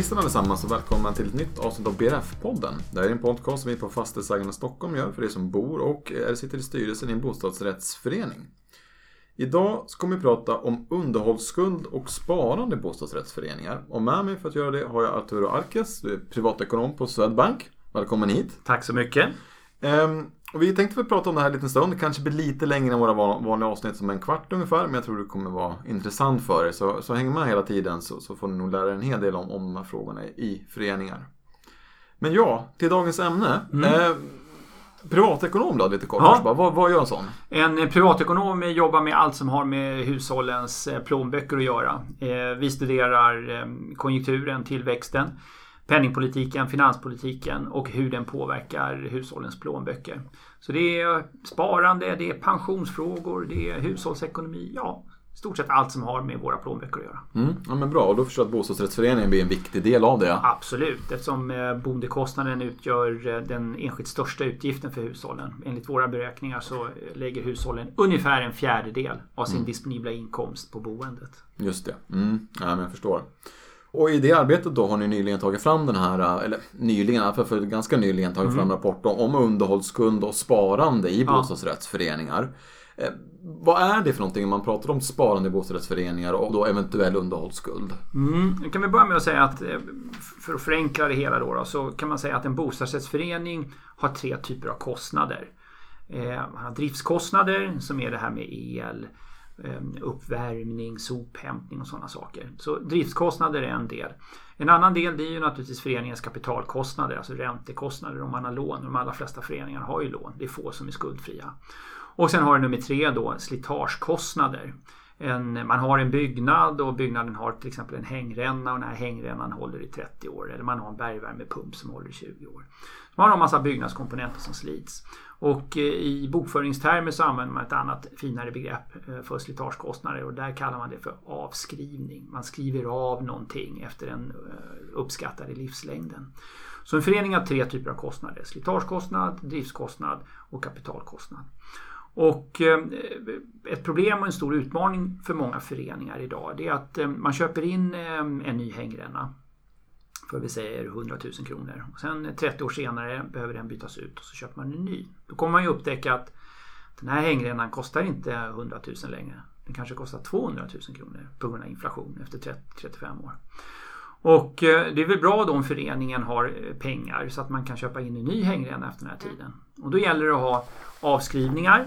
hejsan allesammans och välkommen till ett nytt avsnitt av BRF-podden. Det här är en podcast som vi på Fastighetsägarna Stockholm gör för er som bor och sitter i styrelsen i en bostadsrättsförening. Idag ska vi prata om underhållsskuld och sparande i bostadsrättsföreningar. Och med mig för att göra det har jag Arturo Arques, du är privatekonom på Swedbank. Välkommen hit. Tack så mycket. Och vi tänkte prata om det här en liten stund. Det kanske blir lite längre än våra vanliga avsnitt som en kvart ungefär. Men jag tror det kommer vara intressant för er. Så häng med hela tiden så får ni nog lära er en hel del om de här frågorna i föreningar. Men ja, till dagens ämne. Privatekonom då, lite kort. Ja. Vad gör en sån? En privatekonom jobbar med allt som har med hushållens plånböcker att göra. Vi studerar konjunkturen, tillväxten, penningpolitiken, finanspolitiken och hur den påverkar hushållens plånböcker. Så det är sparande, det är pensionsfrågor, det är hushållsekonomi, ja, stort sett allt som har med våra plånböcker att göra. Ja, men bra, och då förstår jag att bostadsrättsföreningen blir en viktig del av det. Absolut, eftersom boendekostnaden utgör den enskilt största utgiften för hushållen. Enligt våra beräkningar så lägger hushållen ungefär en fjärdedel av sin disponibla inkomst på boendet. Just det, ja, men jag förstår. Och i det arbetet då har ni nyligen tagit fram den här, eller nyligen, för ganska nyligen tagit fram en rapport om underhållsskuld och sparande i bostadsrättsföreningar. Vad är det för någonting om man pratar om sparande i bostadsrättsföreningar och då eventuell underhållsskuld? Nu kan vi börja med att säga att för att förenkla det hela då så kan man säga att en bostadsrättsförening har 3 typer av kostnader. Man har driftskostnader som är det här med el, uppvärmning, sophämtning och sådana saker. Så driftskostnader är en del. En annan del det är ju naturligtvis föreningens kapitalkostnader, alltså räntekostnader om man har lån. De allra flesta föreningar har ju lån, det är få som är skuldfria. Och sen har du nummer 3 då, slitagekostnader. Man har en byggnad och byggnaden har till exempel en hängränna och den här hängrännan håller i 30 år. Eller man har en bergvärmepump som håller i 20 år. Man har en massa byggnadskomponenter som slits. Och i bokföringstermer så använder man ett annat finare begrepp för slitagekostnader och där kallar man det för avskrivning. Man skriver av någonting efter den uppskattade livslängden. Så en förening har 3 typer av kostnader. Slitagekostnad, driftskostnad och kapitalkostnad. Och ett problem och en stor utmaning för många föreningar idag det är att man köper in en ny hängränna för vi säger 100 000 kronor. Och sen 30 år senare behöver den bytas ut och så köper man en ny. Då kommer man ju upptäcka att den här hängrännan kostar inte 100 000 längre. Den kanske kostar 200 000 kronor på grund av inflation efter 30-35 år. Och det är väl bra då om föreningen har pengar så att man kan köpa in en ny hängränna efter den här tiden. Och då gäller det att ha avskrivningar.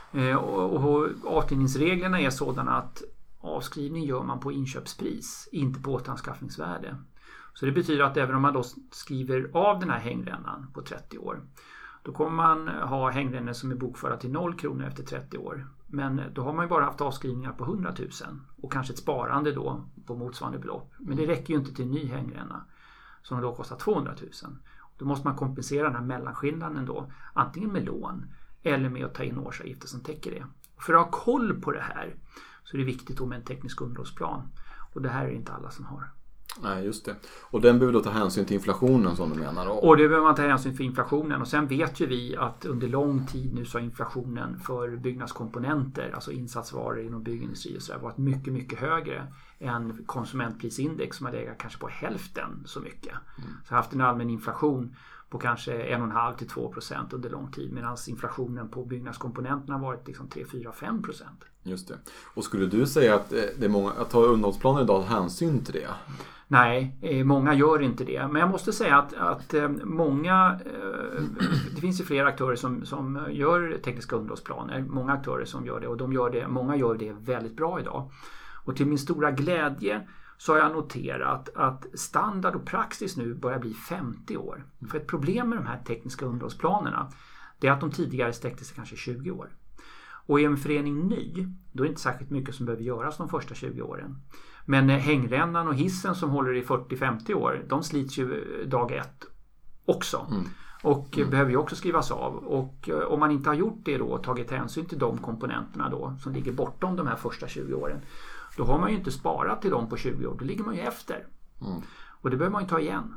Och avskrivningsreglerna är sådana att avskrivning gör man på inköpspris, inte på återanskaffningsvärde. Så det betyder att även om man då skriver av den här hängrännan på 30 år, då kommer man ha hängrännor som är bokförda till 0 kronor efter 30 år. Men då har man ju bara haft avskrivningar på 100 000 och kanske ett sparande då på motsvarande belopp. Men det räcker ju inte till en ny hängränna som då kostar 200 000. Då måste man kompensera den här mellanskillnaden då, antingen med lån eller med att ta in årsavgifter som täcker det. Och för att ha koll på det här så är det viktigt då med en teknisk underhållsplan. Och det här är inte alla som har. Nej, just det. Och den behöver då ta hänsyn till inflationen som du menar. Och det behöver man ta hänsyn för inflationen. Och sen vet ju vi att under lång tid nu så har inflationen för byggnadskomponenter, alltså insatsvaror inom byggindustri och sådär, varit mycket, mycket högre än konsumentprisindex som har legat kanske på hälften så mycket. Så har haft en allmän inflation på kanske 1,5-2% under lång tid medan inflationen på byggnadskomponenterna har varit liksom 3-4-5%. Just det. Och skulle du säga att det är många att ta underhållsplaner idag hänsyn till det? Nej, många gör inte det. Men jag måste säga att många, det finns ju flera aktörer som gör tekniska underhållsplaner. Många aktörer som gör det och många gör det väldigt bra idag. Och till min stora glädje så har jag noterat att standard och praxis nu börjar bli 50 år. För ett problem med de här tekniska underhållsplanerna det är att de tidigare sträckte sig kanske 20 år. Och är en förening ny, då är det inte särskilt mycket som behöver göras de första 20 åren. Men hängrännan och hissen som håller i 40-50 år, de slits ju dag 1 också. Och behöver ju också skrivas av. Och om man inte har gjort det då och tagit hänsyn till de komponenterna då som ligger bortom de här första 20 åren, då har man ju inte sparat till dem på 20 år. Då ligger man ju efter. Och det behöver man ju ta igen.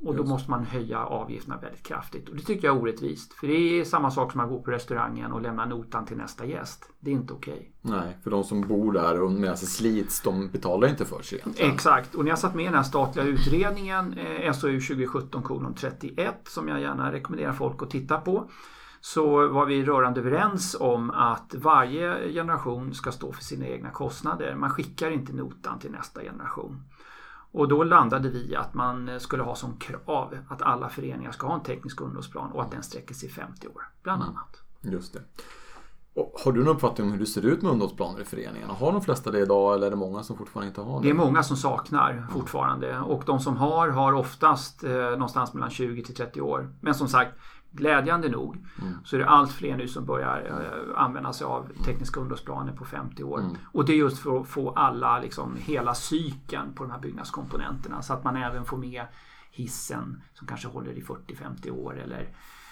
Och då måste man höja avgifterna väldigt kraftigt. Och det tycker jag är orättvist. För det är samma sak som att gå på restaurangen och lämna notan till nästa gäst. Det är inte okej. Nej, för de som bor där och med sig slits, de betalar inte för sig egentligen. Exakt. Och när jag satt med i den här statliga utredningen, SOU 2017:31, som jag gärna rekommenderar folk att titta på, så var vi rörande överens om att varje generation ska stå för sina egna kostnader. Man skickar inte notan till nästa generation. Och då landade vi att man skulle ha som krav att alla föreningar ska ha en teknisk underhållsplan och att den sträcker sig 50 år, bland annat. Just det. Och har du någon uppfattning om hur det ser ut med underhållsplaner i föreningarna? Har de flesta det idag eller är det många som fortfarande inte har det? Det är många som saknar fortfarande och de som har oftast någonstans mellan 20 till 30 år. Men som sagt, glädjande nog så är det allt fler nu som börjar använda sig av tekniska underhållsplaner på 50 år. Och det är just för att få alla, liksom, hela cykeln på de här byggnadskomponenterna så att man även får med hissen som kanske håller i 40-50 år eller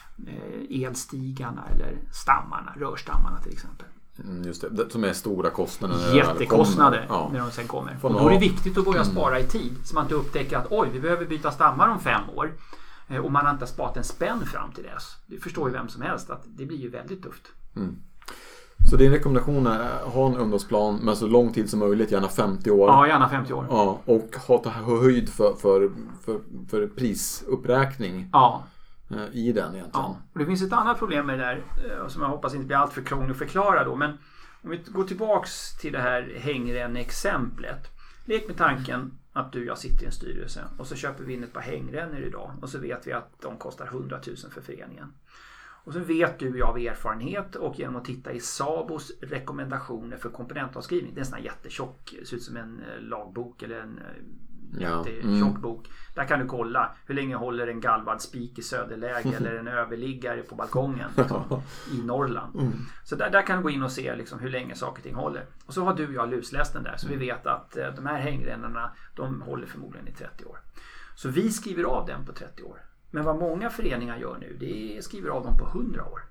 elstigarna eller stammarna, rörstammarna till exempel. Just det, som är stora kostnader. Jättekostnader när de sen kommer. Och då är det viktigt att börja spara i tid så man inte upptäcker att vi behöver byta stammar om 5 år. Och man har inte sparat en spänn fram till dess. Det förstår ju vem som helst att det blir ju väldigt tufft. Så din rekommendation är att ha en underhållsplan men så lång tid som möjligt, gärna 50 år. Ja, gärna 50 år. Ja, och ha höjd för prisuppräkning i den egentligen. Ja, och det finns ett annat problem med det där som jag hoppas inte blir allt för krångligt att förklara då. Men om vi går tillbaks till det här hängränne-exemplet. Lek med tanken att du och jag sitter i en styrelse och så köper vi in ett par hängrännor idag och så vet vi att de kostar 100 000 för föreningen. Och så vet du och jag av erfarenhet och genom att titta i SABOs rekommendationer för komponentavskrivning. Det är en sån här jättetjock, ser ut som en lagbok eller en jättetjock bok. Där kan du kolla hur länge håller en galvad spik i söderläge eller en överliggare på balkongen liksom, i Norrland. Så där kan du gå in och se liksom, hur länge saker och ting håller. Och så har du och jag lusläst den där så vi vet att de här hängrännorna de håller förmodligen i 30 år. Så vi skriver av den på 30 år. Men vad många föreningar gör nu, det är skriver av dem på 100 år.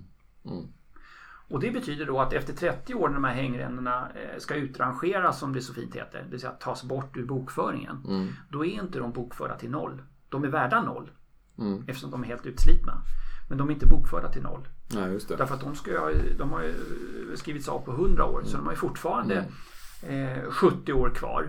Och det betyder då att efter 30 år när de här hängrännorna ska utrangeras, som det så fint heter, det vill säga tas bort ur bokföringen, då är inte de bokförda till 0. De är värda 0 eftersom de är helt utslitna. Men de är inte bokförda till 0. Nej, just det. Därför att de har ju skrivits av på 100 år, så de har ju fortfarande 70 år kvar.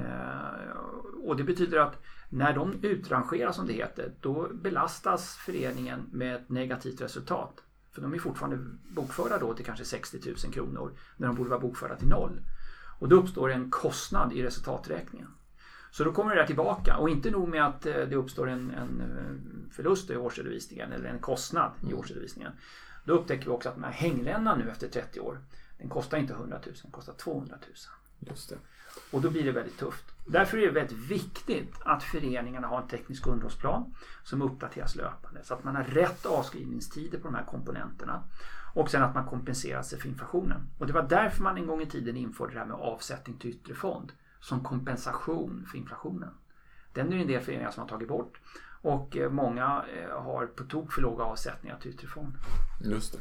Och det betyder att när de utrangeras, som det heter, då belastas föreningen med ett negativt resultat. För de är fortfarande bokförda då till kanske 60 000 kronor när de borde vara bokförda till 0. Och då uppstår en kostnad i resultaträkningen. Så då kommer det där tillbaka. Och inte nog med att det uppstår en förlust i årsredovisningen eller en kostnad i årsredovisningen. Då upptäcker vi också att den här hängrännan nu efter 30 år, den kostar inte 100 000, den kostar 200 000. Just det. Och då blir det väldigt tufft. Därför är det väldigt viktigt att föreningarna har en teknisk underhållsplan som uppdateras löpande. Så att man har rätt avskrivningstider på de här komponenterna. Och sen att man kompenserar sig för inflationen. Och det var därför man en gång i tiden införde det här med avsättning till yttre fond. Som kompensation för inflationen. Den är det en del föreningar som har tagit bort. Och många har på tok för låga avsättningar till yttre fond. Just det.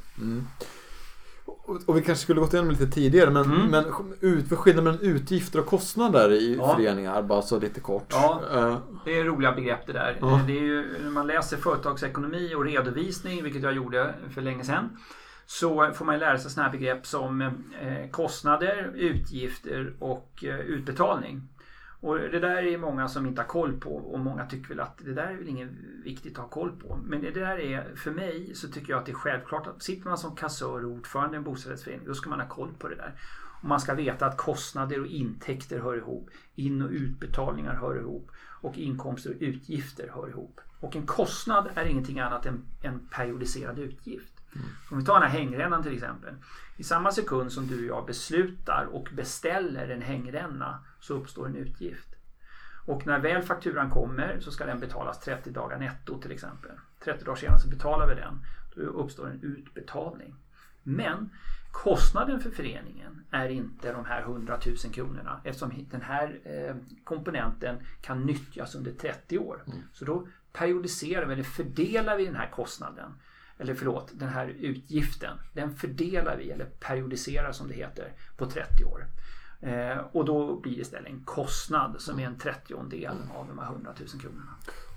Och vi kanske skulle gått igenom lite tidigare, men skillnaden mellan utgifter och kostnader i föreningar, bara så lite kort. Ja, det är roliga begrepp det där. Det är ju, när man läser företagsekonomi och redovisning, vilket jag gjorde för länge sedan, så får man lära sig sådana här begrepp som kostnader, utgifter och utbetalning. Och det där är många som inte har koll på, och många tycker väl att det där är väl inget viktigt att ha koll på. Men det där är, för mig så tycker jag att det är självklart att sitter man som kassör och ordförande i en bostadsrättsförening, då ska man ha koll på det där. Och man ska veta att kostnader och intäkter hör ihop, in- och utbetalningar hör ihop och inkomster och utgifter hör ihop. Och en kostnad är ingenting annat än en periodiserad utgift. Om vi tar den här hängrännan till exempel. I samma sekund som du och jag beslutar och beställer en hängränna så uppstår en utgift. Och när väl fakturan kommer så ska den betalas 30 dagar netto till exempel. 30 dagar senare så betalar vi den. Då uppstår en utbetalning. Men kostnaden för föreningen är inte de här 100 000 kronorna eftersom den här komponenten kan nyttjas under 30 år. Så då periodiserar vi eller fördelar vi den här kostnaden. Eller den här utgiften, den fördelar vi eller periodiserar som det heter på 30 år. Och då blir det istället en kostnad som är en 30-ondel av de här 100 000 kronorna.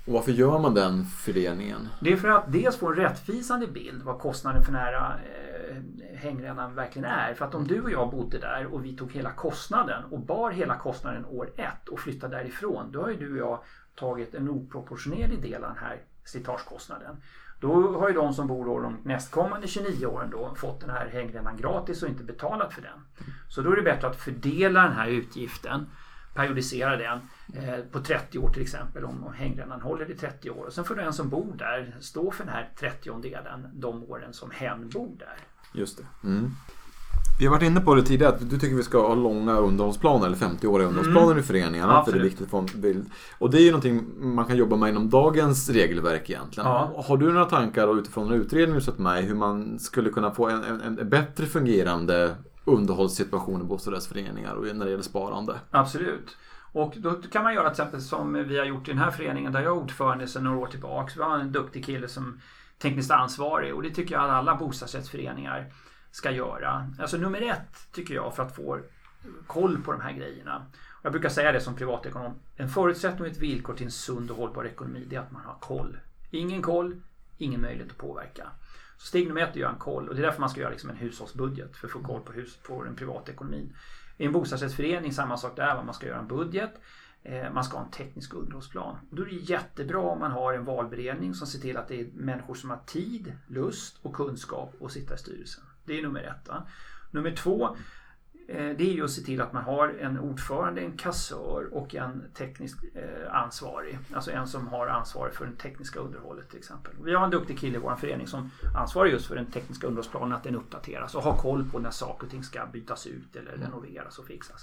Och varför gör man den fördelningen? Det är för att dels få en rättvisande bild vad kostnaden för den här hängrännan verkligen är. För att om du och jag bodde där och vi tog hela kostnaden och bar hela kostnaden år 1 och flyttade därifrån, då har ju du och jag tagit en oproportionerlig del av den här slitagekostnaden. Då har ju de som bor då de nästkommande 29 åren då fått den här hängrännan gratis och inte betalat för den. Så då är det bättre att fördela den här utgiften, periodisera den på 30 år till exempel, om hängrännan håller i 30 år. Och sen får den som bor där stå för den här 30-delen de åren som hen bor där. Just det. Mm. Vi har varit inne på det tidigare att du tycker vi ska ha långa underhållsplaner eller 50-åriga underhållsplaner i föreningarna. För det är viktigt att få en bild. Och det är ju någonting man kan jobba med inom dagens regelverk egentligen. Ja. Har du några tankar utifrån en utredning du sett med hur man skulle kunna få en bättre fungerande underhållssituation i bostadsrättsföreningar och när det gäller sparande? Absolut. Och då kan man göra till exempel som vi har gjort i den här föreningen där jag är ordförande sedan några år tillbaka. Vi har en duktig kille som tekniskt ansvarig och det tycker jag att alla bostadsrättsföreningar ska göra. Alltså nummer 1 tycker jag för att få koll på de här grejerna. Jag brukar säga det som privatekonom. En förutsättning och ett villkor till en sund och hållbar ekonomi det är att man har koll. Ingen koll, ingen möjlighet att påverka. Så steg nummer 1 är att göra en koll och det är därför man ska göra liksom en hushållsbudget för att få koll på den privata ekonomin. I en bostadsrättsförening samma sak där, man ska göra en budget. Man ska ha en teknisk underhållsplan. Då är det jättebra om man har en valberedning som ser till att det är människor som har tid, lust och kunskap att sitta i styrelsen. Det är nummer 1. Va? Nummer 2, det är ju att se till att man har en ordförande, en kassör och en teknisk ansvarig. Alltså en som har ansvar för det tekniska underhållet till exempel. Vi har en duktig kille i vår förening som ansvarar just för den tekniska underhållsplanen, att den uppdateras och har koll på när saker och ting ska bytas ut eller renoveras och fixas.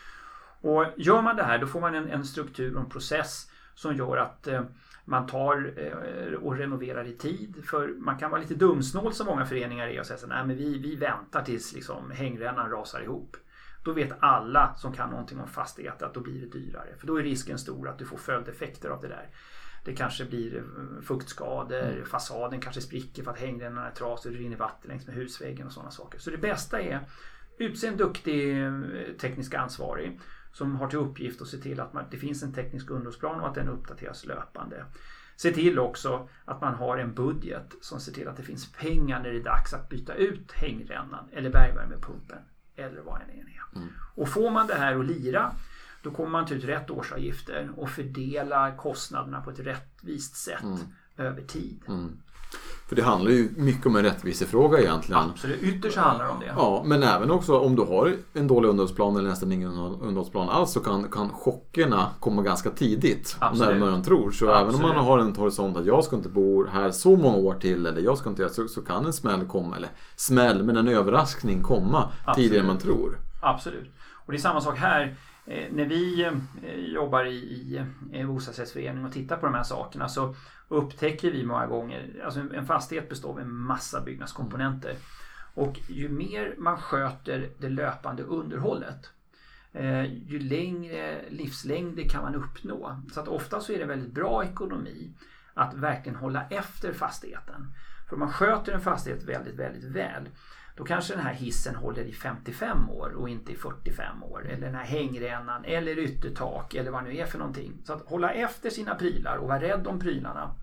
Och gör man det här då får man en struktur och en process som gör att man tar och renoverar i tid. För man kan vara lite dumsnål som många föreningar är och säga så nej men vi väntar tills liksom hängrännan rasar ihop. Då vet alla som kan någonting om fastigheter att då blir det dyrare. För då är risken stor att du får följdeffekter av det där. Det kanske blir fuktskador, fasaden kanske spricker för att hängrännan är trasig och det rinner vatten längs med husväggen och sådana saker. Så det bästa är utse en duktig teknisk ansvarig som har till uppgift att se till att det finns en teknisk underhållsplan och att den uppdateras löpande. Se till också att man har en budget som ser till att det finns pengar när det är dags att byta ut hängrännan eller bergvärmepumpen eller vad det än är. Mm. Och får man det här att lira då kommer man ta ut rätt årsavgifter och fördela kostnaderna på ett rättvist sätt över tid. Mm. För det handlar ju mycket om en rättvisefråga egentligen. Absolut, ytterst handlar det om det. Ja, men även också om du har en dålig underhållsplan eller nästan ingen underhållsplan alls så kan chockerna komma ganska tidigt. Absolut. När de tror. Så även om man har en horisont att jag ska inte bo här så många år till eller jag ska inte så kan en smäll komma. Eller smäll, men en överraskning komma tidigare än man tror. Absolut. Och det är samma sak här. När vi jobbar i en bostadsrättsförening och tittar på de här sakerna så upptäcker vi många gånger, alltså en fastighet består av en massa byggnadskomponenter och ju mer man sköter det löpande underhållet ju längre livslängder kan man uppnå. Så att ofta så är det väldigt bra ekonomi att verkligen hålla efter fastigheten. För om man sköter en fastighet väldigt, väldigt väl då kanske den här hissen håller i 55 år och inte i 45 år. Eller den här hängrännan eller yttertak eller vad det nu är för någonting. Så att hålla efter sina prylar och vara rädd om prylarna.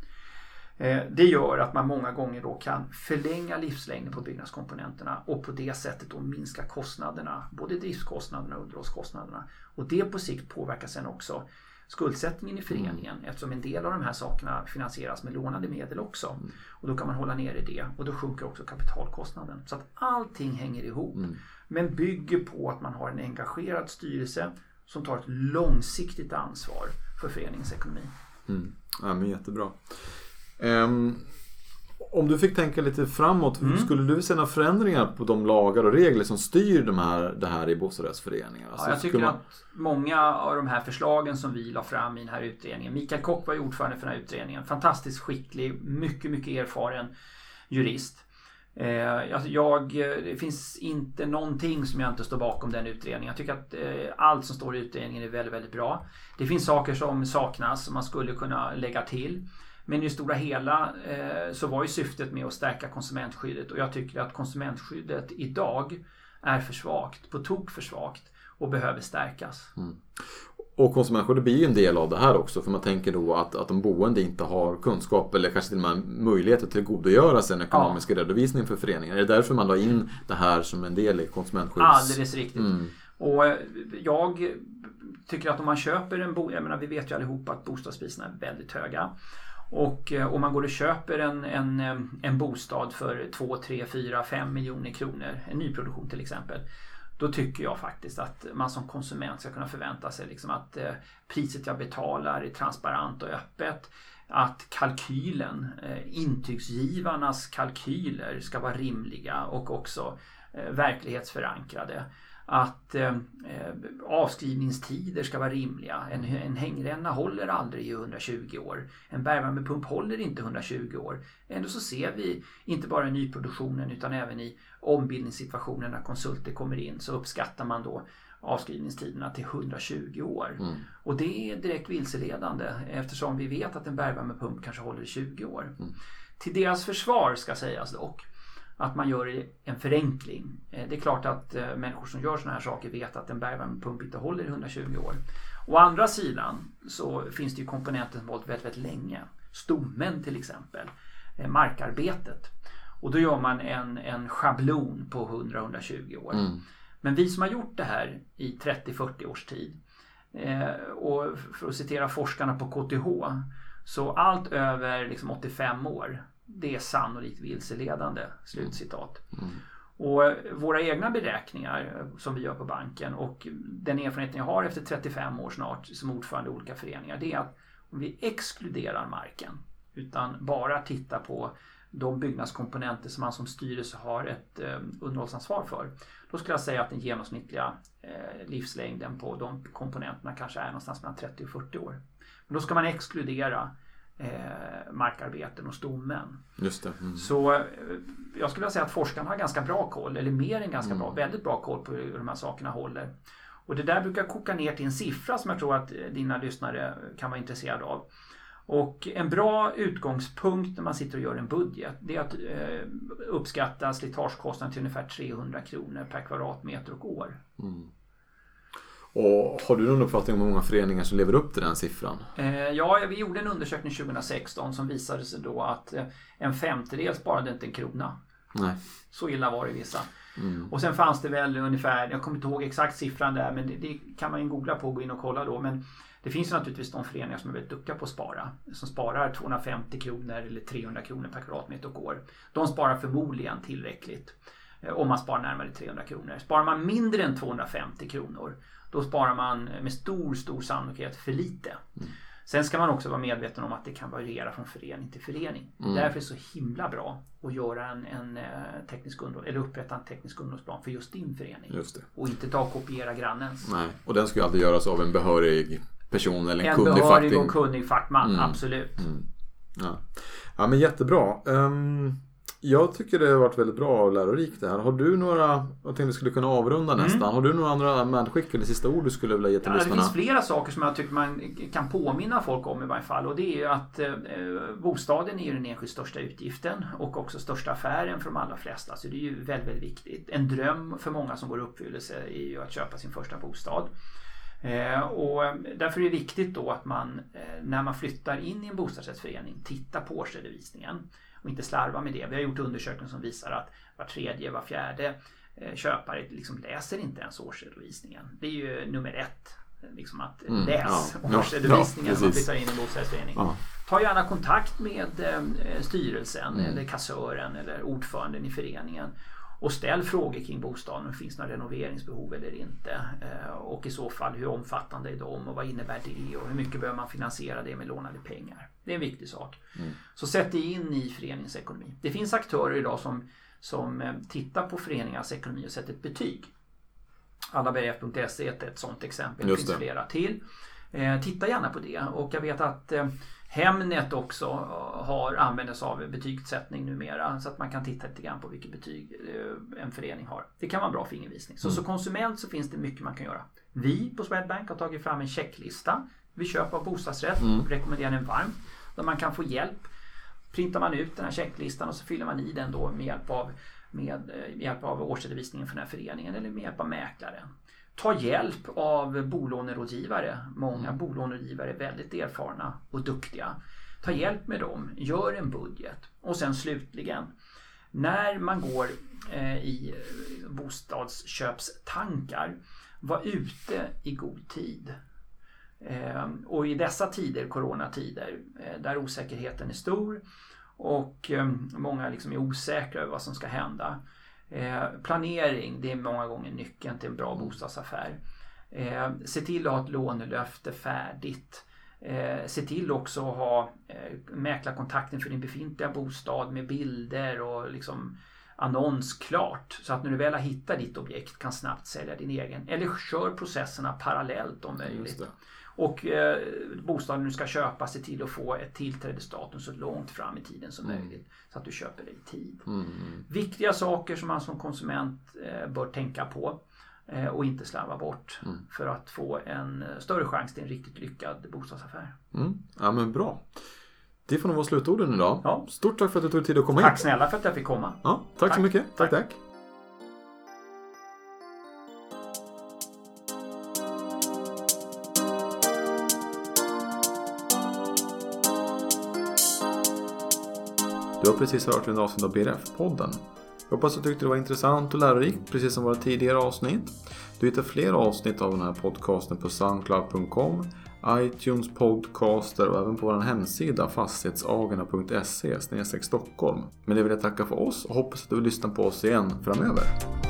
Det gör att man många gånger då kan förlänga livslängden på byggnadskomponenterna. Och på det sättet då minska kostnaderna. Både driftskostnaderna och underhållskostnaderna. Och det på sikt påverkar sen också skuldsättningen i föreningen eftersom en del av de här sakerna finansieras med lånade medel också. Och då kan man hålla nere det och då sjunker också kapitalkostnaden. Så att allting hänger ihop men bygger på att man har en engagerad styrelse som tar ett långsiktigt ansvar för föreningens ekonomi. Ja, men jättebra. Om du fick tänka lite framåt, skulle du se några förändringar på de lagar och regler som styr det här i bostadsrättsföreningar? Ja, jag tycker att många av de här förslagen som vi la fram i den här utredningen, Mikael Kock var ordförande för den här utredningen, fantastiskt skicklig, mycket, mycket erfaren jurist. Det finns inte någonting som jag inte står bakom den utredningen. Jag tycker att allt som står i utredningen är väldigt, väldigt bra. Det finns saker som saknas som man skulle kunna lägga till. Men i det stora hela så var ju syftet med att stärka konsumentskyddet och jag tycker att konsumentskyddet idag är för svagt, på tok för svagt och behöver stärkas. Och konsumentskyddet blir ju en del av det här också, för man tänker då att de boende inte har kunskap eller kanske till och med möjlighet att tillgodogöra sig en ekonomisk redovisning för föreningen. Är det därför man la in det här som en del i konsumentskydds... Alldeles riktigt. Och jag tycker att om man köper en bostad, jag menar, vi vet ju allihopa att bostadspriserna är väldigt höga. Och om man går och köper en bostad för 2, 3, 4, 5 miljoner kronor, en nyproduktion till exempel, då tycker jag faktiskt att man som konsument ska kunna förvänta sig liksom att priset jag betalar är transparent och öppet. Att kalkylen, intygsgivarnas kalkyler ska vara rimliga och också verklighetsförankrade. Att avskrivningstider ska vara rimliga. En hängränna håller aldrig i 120 år. En bergvärmepump håller inte 120 år. Ändå så ser vi inte bara i nyproduktionen utan även i ombildningssituationer när konsulter kommer in, så uppskattar man då avskrivningstiderna till 120 år. Och det är direkt vilseledande eftersom vi vet att en bergvärmepump kanske håller i 20 år. Till deras försvar ska sägas dock att man gör en förenkling. Det är klart att människor som gör såna här saker vet att en bergvärmepump inte håller i 120 år. Å andra sidan så finns det ju komponenter som hållit väldigt, väldigt länge. Stommen till exempel. Markarbetet. Och då gör man en schablon på 100-120 år. Men vi som har gjort det här i 30-40 års tid, och för att citera forskarna på KTH, så allt över liksom 85 år, det är sannolikt vilseledande, slutcitat. Och våra egna beräkningar som vi gör på banken och den erfarenheten jag har efter 35 år snart som ordförande i olika föreningar, det är att om vi exkluderar marken utan bara tittar på de byggnadskomponenter som man som styrelse har ett underhållsansvar för, då skulle jag säga att den genomsnittliga livslängden på de komponenterna kanske är någonstans mellan 30 och 40 år. Men då ska man exkludera markarbeten och stommen. Just det. Så jag skulle säga att forskarna har ganska bra koll, eller mer än ganska bra, väldigt bra koll på hur de här sakerna håller. Och det där brukar koka ner till en siffra som jag tror att dina lyssnare kan vara intresserade av. Och en bra utgångspunkt när man sitter och gör en budget, det är att uppskatta slitagekostnaden till ungefär 300 kronor per kvadratmeter och år. Och har du någon uppfattning om hur många föreningar som lever upp till den siffran? Ja, vi gjorde en undersökning 2016 som visade sig då att en femtedel sparade inte en krona. Nej. Så illa var det vissa. Och sen fanns det väl ungefär, jag kommer inte ihåg exakt siffran där, men det kan man ju googla på och gå in och kolla då. Men det finns ju naturligtvis de föreningar som är väldigt duktiga på att spara. Som sparar 250 kronor eller 300 kronor per kvadratmeter och år. De sparar förmodligen tillräckligt om man sparar närmare 300 kronor. Sparar man mindre än 250 kronor, då sparar man med stor sannolikhet för lite. Sen ska man också vara medveten om att det kan variera från förening till förening. Därför är det så himla bra att göra en teknisk underhåll, eller upprätta en teknisk underhållsplan för just din förening. Just det. Och inte ta och kopiera grannens. Nej, och den ska ju alltid göras av en behörig person eller en kunnig behörig fackling. och kunnig fackman, absolut. Ja, men jättebra. Jag tycker det har varit väldigt bra och lärorikt det här. Har du några, jag tänkte vi skulle kunna avrunda nästan. Har du några andra medskick eller sista ord du skulle vilja ge till lyssnarna? Det finns flera saker som jag tycker man kan påminna folk om i varje fall. Och det är ju att bostaden är ju den enskilt största utgiften och också största affären för de allra flesta. Så det är ju väldigt, väldigt viktigt. En dröm för många som går i uppfyllelse är ju att köpa sin första bostad. Och därför är det viktigt då att man när man flyttar in i en bostadsrättsförening tittar på årsredovisningen och inte slarva med det. Vi har gjort undersökningar som visar att var tredje, var fjärde köpare liksom läser inte ens årsredovisningen. Det är ju nummer 1, liksom att läs årsredovisningen när man flyttar in i en bostadsrättsförening. Ta gärna kontakt med styrelsen eller kassören eller ordföranden i föreningen. Och ställ frågor kring bostaden. Finns det några renoveringsbehov eller inte? Och i så fall hur omfattande är de och vad innebär det? Och hur mycket behöver man finansiera det med lånade pengar? Det är en viktig sak. Så sätt dig in i föreningsekonomi. Det finns aktörer idag som tittar på föreningars ekonomi och sätter ett betyg. Allabergf.se är ett sådant exempel. Det finns flera till. Titta gärna på det. Och jag vet att Hemnet också använder sig av betygssättning numera så att man kan titta lite grann på vilket betyg en förening har. Det kan vara en bra fingervisning. Så som konsument så finns det mycket man kan göra. Vi på Swedbank har tagit fram en checklista vid köp av bostadsrätt och rekommenderar den varmt. Där man kan få hjälp. Printar man ut den här checklistan och så fyller man i den då med hjälp av årsredovisningen för den här föreningen eller med hjälp av mäklaren. Ta hjälp av bolånerådgivare. Många bolånerådgivare är väldigt erfarna och duktiga. Ta hjälp med dem. Gör en budget. Och sen slutligen, när man går i bostadsköpstankar, var ute i god tid. Och i dessa tider, coronatider, där osäkerheten är stor och många liksom är osäkra över vad som ska hända. Planering, det är många gånger nyckeln till en bra bostadsaffär. Se till att ha ett lånelöfte färdigt. Se till också att ha mäklarkontakten för din befintliga bostad med bilder och liksom annons klart. Så att när du väl har hittat ditt objekt kan snabbt sälja din egen. Eller kör processerna parallellt om möjligt. Och bostaden du ska köpa, se till att få ett tillträdesdatum så långt fram i tiden som möjligt. Så att du köper det i tid. Viktiga saker som man som konsument bör tänka på och inte slarva bort för att få en större chans till en riktigt lyckad bostadsaffär. Ja, men bra. Det får nog vara slutorden idag. Ja. Stort tack för att du tog tid att komma hit. Tack snälla för att jag fick komma. Ja, tack så mycket. Tack. Du har precis hört en avsnitt av BRF-podden. Jag hoppas att du tyckte det var intressant och lärorikt, precis som våra tidigare avsnitt. Du hittar fler avsnitt av den här podcasten på soundcloud.com, iTunes podcaster och även på vår hemsida fastighetsagarna.se/Stockholm. Men det vill jag tacka för oss och hoppas att du vill lyssna på oss igen framöver.